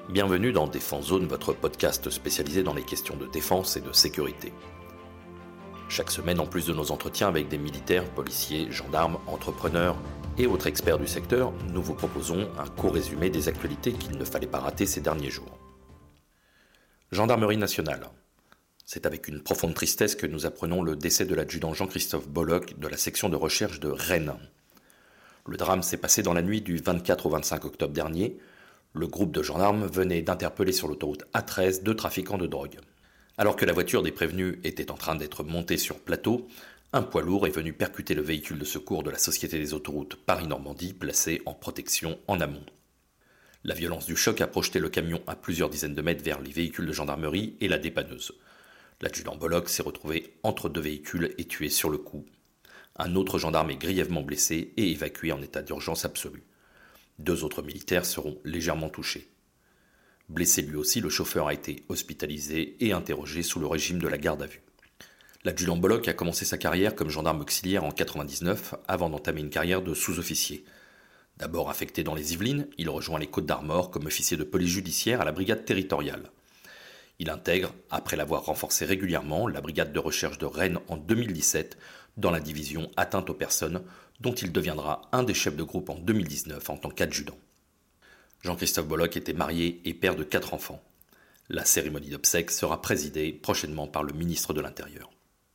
Bienvenue dans Défense Zone, votre podcast spécialisé dans les questions de défense et de sécurité. Chaque semaine, en plus de nos entretiens avec des militaires, policiers, gendarmes, entrepreneurs et autres experts du secteur, nous vous proposons un court résumé des actualités qu'il ne fallait pas rater ces derniers jours. Gendarmerie nationale. C'est avec une profonde tristesse que nous apprenons le décès de l'adjudant Jean-Christophe Bollock de la section de recherche de Rennes. Le drame s'est passé dans la nuit du 24 au 25 octobre dernier. Le groupe de gendarmes venait d'interpeller sur l'autoroute A13 deux trafiquants de drogue. Alors que la voiture des prévenus était en train d'être montée sur plateau, un poids lourd est venu percuter le véhicule de secours de la Société des autoroutes Paris-Normandie placé en protection en amont. La violence du choc a projeté le camion à plusieurs dizaines de mètres vers les véhicules de gendarmerie et la dépanneuse. L'adjudant Bollock s'est retrouvé entre deux véhicules et tué sur le coup. Un autre gendarme est grièvement blessé et évacué en état d'urgence absolue. Deux autres militaires seront légèrement touchés. Blessé lui aussi, le chauffeur a été hospitalisé et interrogé sous le régime de la garde à vue. L'adjudant Bollock a commencé sa carrière comme gendarme auxiliaire en 1999 avant d'entamer une carrière de sous-officier. D'abord affecté dans les Yvelines, il rejoint les Côtes-d'Armor comme officier de police judiciaire à la brigade territoriale. Il intègre, après l'avoir renforcé régulièrement, la brigade de recherche de Rennes en 2017 dans la division atteinte aux personnes, dont il deviendra un des chefs de groupe en 2019 en tant qu'adjudant. Jean-Christophe Bollock était marié et père de 4 enfants. La cérémonie d'obsèques sera présidée prochainement par le ministre de l'Intérieur.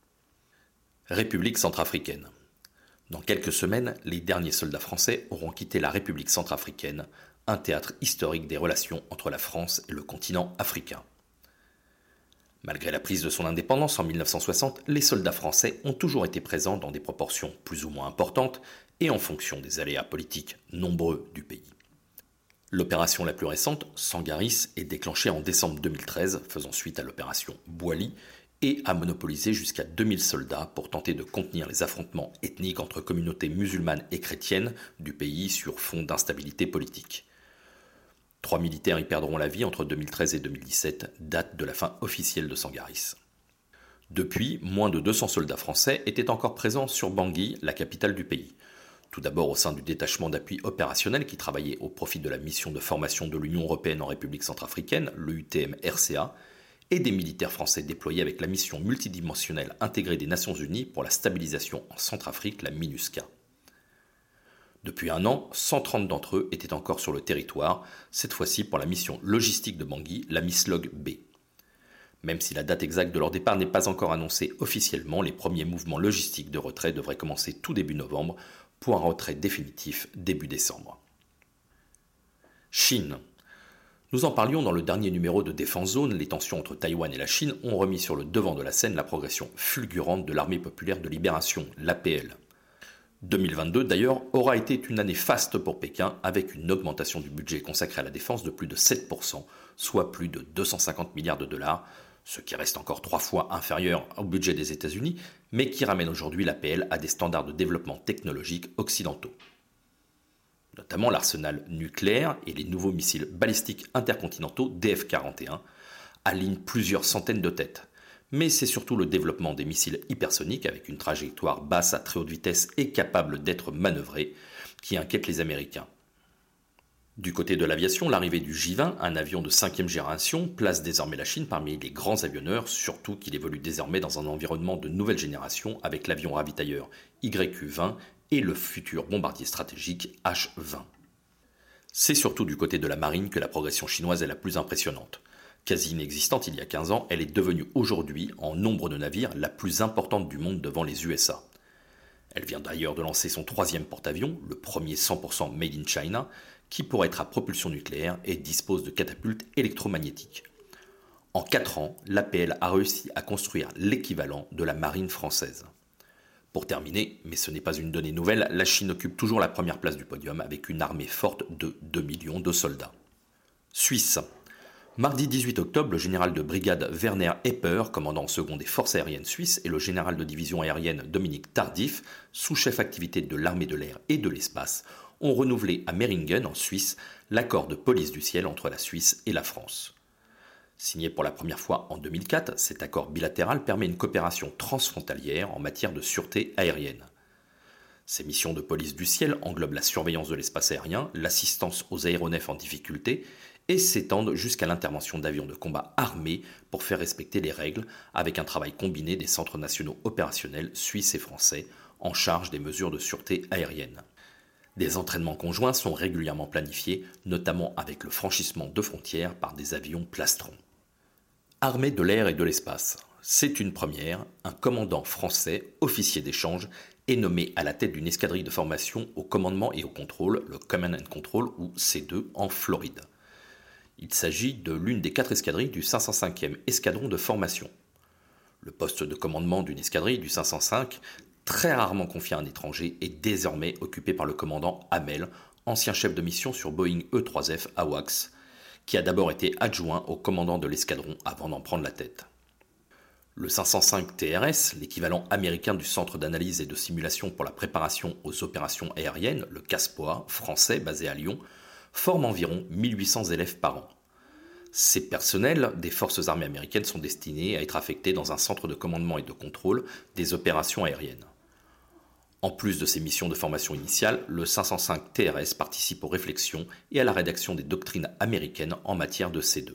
République centrafricaine. Dans quelques semaines, les derniers soldats français auront quitté la République centrafricaine, un théâtre historique des relations entre la France et le continent africain. Malgré la prise de son indépendance en 1960, les soldats français ont toujours été présents dans des proportions plus ou moins importantes et en fonction des aléas politiques nombreux du pays. L'opération la plus récente, Sangaris, est déclenchée en décembre 2013, faisant suite à l'opération Bouali, et a monopolisé jusqu'à 2000 soldats pour tenter de contenir les affrontements ethniques entre communautés musulmanes et chrétiennes du pays sur fond d'instabilité politique. 3 militaires y perdront la vie entre 2013 et 2017, date de la fin officielle de Sangaris. Depuis, moins de 200 soldats français étaient encore présents sur Bangui, la capitale du pays. Tout d'abord au sein du détachement d'appui opérationnel qui travaillait au profit de la mission de formation de l'Union européenne en République centrafricaine, le UTM-RCA, et des militaires français déployés avec la mission multidimensionnelle intégrée des Nations Unies pour la stabilisation en Centrafrique, la MINUSCA. Depuis un an, 130 d'entre eux étaient encore sur le territoire, cette fois-ci pour la mission logistique de Bangui, la MISLOG B. Même si la date exacte de leur départ n'est pas encore annoncée officiellement, les premiers mouvements logistiques de retrait devraient commencer tout début novembre pour un retrait définitif début décembre. Chine. Nous en parlions dans le dernier numéro de Défense Zone, les tensions entre Taïwan et la Chine ont remis sur le devant de la scène la progression fulgurante de l'Armée populaire de libération, l'APL. 2022 d'ailleurs aura été une année faste pour Pékin avec une augmentation du budget consacré à la défense de plus de 7%, soit plus de 250 milliards de dollars, ce qui reste encore 3 fois inférieur au budget des États-Unis, mais qui ramène aujourd'hui l'APL à des standards de développement technologique occidentaux. Notamment l'arsenal nucléaire et les nouveaux missiles balistiques intercontinentaux DF-41 alignent plusieurs centaines de têtes. Mais c'est surtout le développement des missiles hypersoniques avec une trajectoire basse à très haute vitesse et capable d'être manœuvrés qui inquiète les Américains. Du côté de l'aviation, l'arrivée du J-20, un avion de 5e génération, place désormais la Chine parmi les grands avionneurs, surtout qu'il évolue désormais dans un environnement de nouvelle génération avec l'avion ravitailleur YQ-20 et le futur bombardier stratégique H-20. C'est surtout du côté de la marine que la progression chinoise est la plus impressionnante. Quasi inexistante il y a 15 ans, elle est devenue aujourd'hui, en nombre de navires, la plus importante du monde devant les USA. Elle vient d'ailleurs de lancer son 3e porte-avions, le premier 100% made in China, qui pourrait être à propulsion nucléaire et dispose de catapultes électromagnétiques. En 4 ans, l'APL a réussi à construire l'équivalent de la marine française. Pour terminer, mais ce n'est pas une donnée nouvelle, la Chine occupe toujours la première place du podium avec une armée forte de 2 millions de soldats. Suisse. Mardi 18 octobre, le général de brigade Werner Epper, commandant second des forces aériennes suisses, et le général de division aérienne Dominique Tardif, sous-chef activité de l'armée de l'air et de l'espace, ont renouvelé à Meiringen, en Suisse, l'accord de police du ciel entre la Suisse et la France. Signé pour la première fois en 2004, cet accord bilatéral permet une coopération transfrontalière en matière de sûreté aérienne. Ces missions de police du ciel englobent la surveillance de l'espace aérien, l'assistance aux aéronefs en difficulté et s'étendent jusqu'à l'intervention d'avions de combat armés pour faire respecter les règles, avec un travail combiné des centres nationaux opérationnels suisses et français en charge des mesures de sûreté aérienne. Des entraînements conjoints sont régulièrement planifiés, notamment avec le franchissement de frontières par des avions plastrons. Armée de l'air et de l'espace. C'est une première, un commandant français, officier d'échange, est nommé à la tête d'une escadrille de formation au commandement et au contrôle, le Command and Control ou C2 en Floride. Il s'agit de l'une des 4 escadrilles du 505e escadron de formation. Le poste de commandement d'une escadrille du 505, très rarement confié à un étranger, est désormais occupé par le commandant Hamel, ancien chef de mission sur Boeing E-3F AWACS, qui a d'abord été adjoint au commandant de l'escadron avant d'en prendre la tête. Le 505 TRS, l'équivalent américain du Centre d'analyse et de simulation pour la préparation aux opérations aériennes, le CASPOA, français basé à Lyon, forme environ 1800 élèves par an. Ces personnels des forces armées américaines sont destinés à être affectés dans un centre de commandement et de contrôle des opérations aériennes. En plus de ses missions de formation initiale, le 505 TRS participe aux réflexions et à la rédaction des doctrines américaines en matière de C2.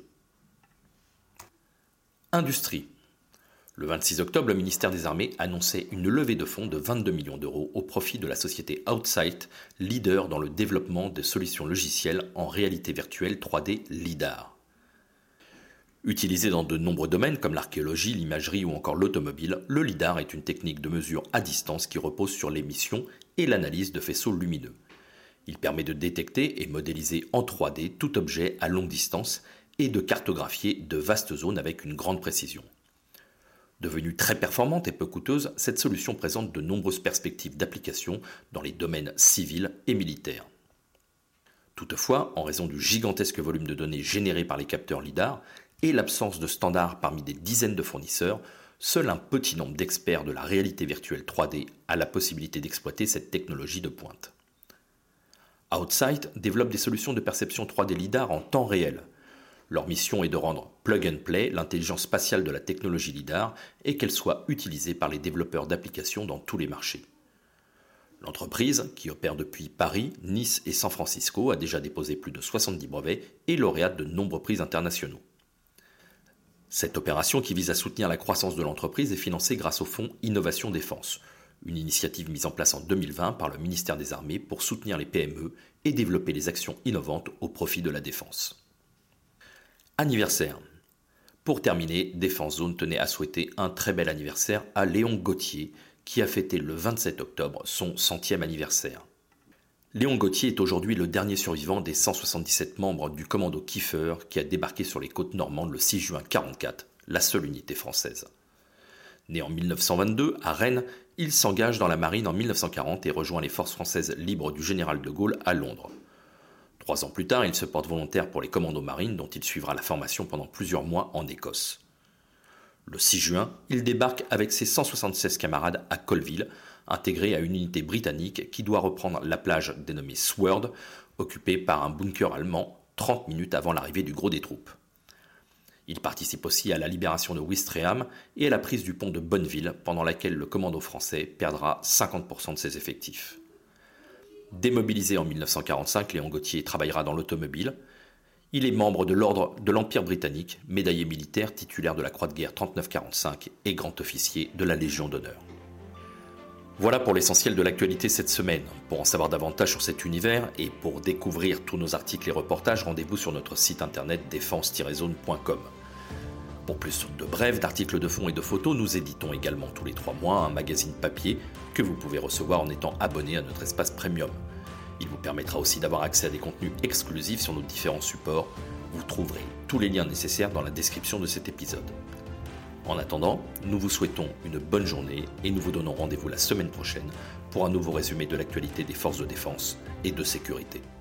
Industrie. Le 26 octobre, le ministère des Armées annonçait une levée de fonds de 22 millions d'euros au profit de la société Outsight, leader dans le développement de solutions logicielles en réalité virtuelle 3D LiDAR. Utilisé dans de nombreux domaines comme l'archéologie, l'imagerie ou encore l'automobile, le LiDAR est une technique de mesure à distance qui repose sur l'émission et l'analyse de faisceaux lumineux. Il permet de détecter et modéliser en 3D tout objet à longue distance et de cartographier de vastes zones avec une grande précision. Devenue très performante et peu coûteuse, cette solution présente de nombreuses perspectives d'application dans les domaines civils et militaires. Toutefois, en raison du gigantesque volume de données générées par les capteurs LiDAR et l'absence de standards parmi des dizaines de fournisseurs, seul un petit nombre d'experts de la réalité virtuelle 3D a la possibilité d'exploiter cette technologie de pointe. Outsight développe des solutions de perception 3D LiDAR en temps réel. Leur mission est de rendre plug and play l'intelligence spatiale de la technologie LiDAR et qu'elle soit utilisée par les développeurs d'applications dans tous les marchés. L'entreprise, qui opère depuis Paris, Nice et San Francisco, a déjà déposé plus de 70 brevets et lauréate de nombreux prix internationaux. Cette opération, qui vise à soutenir la croissance de l'entreprise, est financée grâce au fonds Innovation Défense, une initiative mise en place en 2020 par le ministère des Armées pour soutenir les PME et développer les actions innovantes au profit de la défense. Anniversaire. Pour terminer, Défense Zone tenait à souhaiter un très bel anniversaire à Léon Gauthier, qui a fêté le 27 octobre son 100e anniversaire. Léon Gauthier est aujourd'hui le dernier survivant des 177 membres du commando Kiefer qui a débarqué sur les côtes normandes le 6 juin 1944, la seule unité française. Né en 1922 à Rennes, il s'engage dans la marine en 1940 et rejoint les forces françaises libres du général de Gaulle à Londres. 3 ans plus tard, il se porte volontaire pour les commandos marines dont il suivra la formation pendant plusieurs mois en Écosse. Le 6 juin, il débarque avec ses 176 camarades à Colville, intégré à une unité britannique qui doit reprendre la plage dénommée Sword, occupée par un bunker allemand 30 minutes avant l'arrivée du gros des troupes. Il participe aussi à la libération de Ouistreham et à la prise du pont de Bonneville, pendant laquelle le commando français perdra 50% de ses effectifs. Démobilisé en 1945, Léon Gauthier travaillera dans l'automobile. Il est membre de l'ordre de l'Empire britannique, médaillé militaire, titulaire de la Croix de guerre 39-45 et grand officier de la Légion d'honneur. Voilà pour l'essentiel de l'actualité cette semaine. Pour en savoir davantage sur cet univers et pour découvrir tous nos articles et reportages, rendez-vous sur notre site internet défense-zone.com. Pour plus de brèves, d'articles de fond et de photos, nous éditons également tous les 3 mois un magazine papier que vous pouvez recevoir en étant abonné à notre espace premium. Il vous permettra aussi d'avoir accès à des contenus exclusifs sur nos différents supports. Vous trouverez tous les liens nécessaires dans la description de cet épisode. En attendant, nous vous souhaitons une bonne journée et nous vous donnons rendez-vous la semaine prochaine pour un nouveau résumé de l'actualité des forces de défense et de sécurité.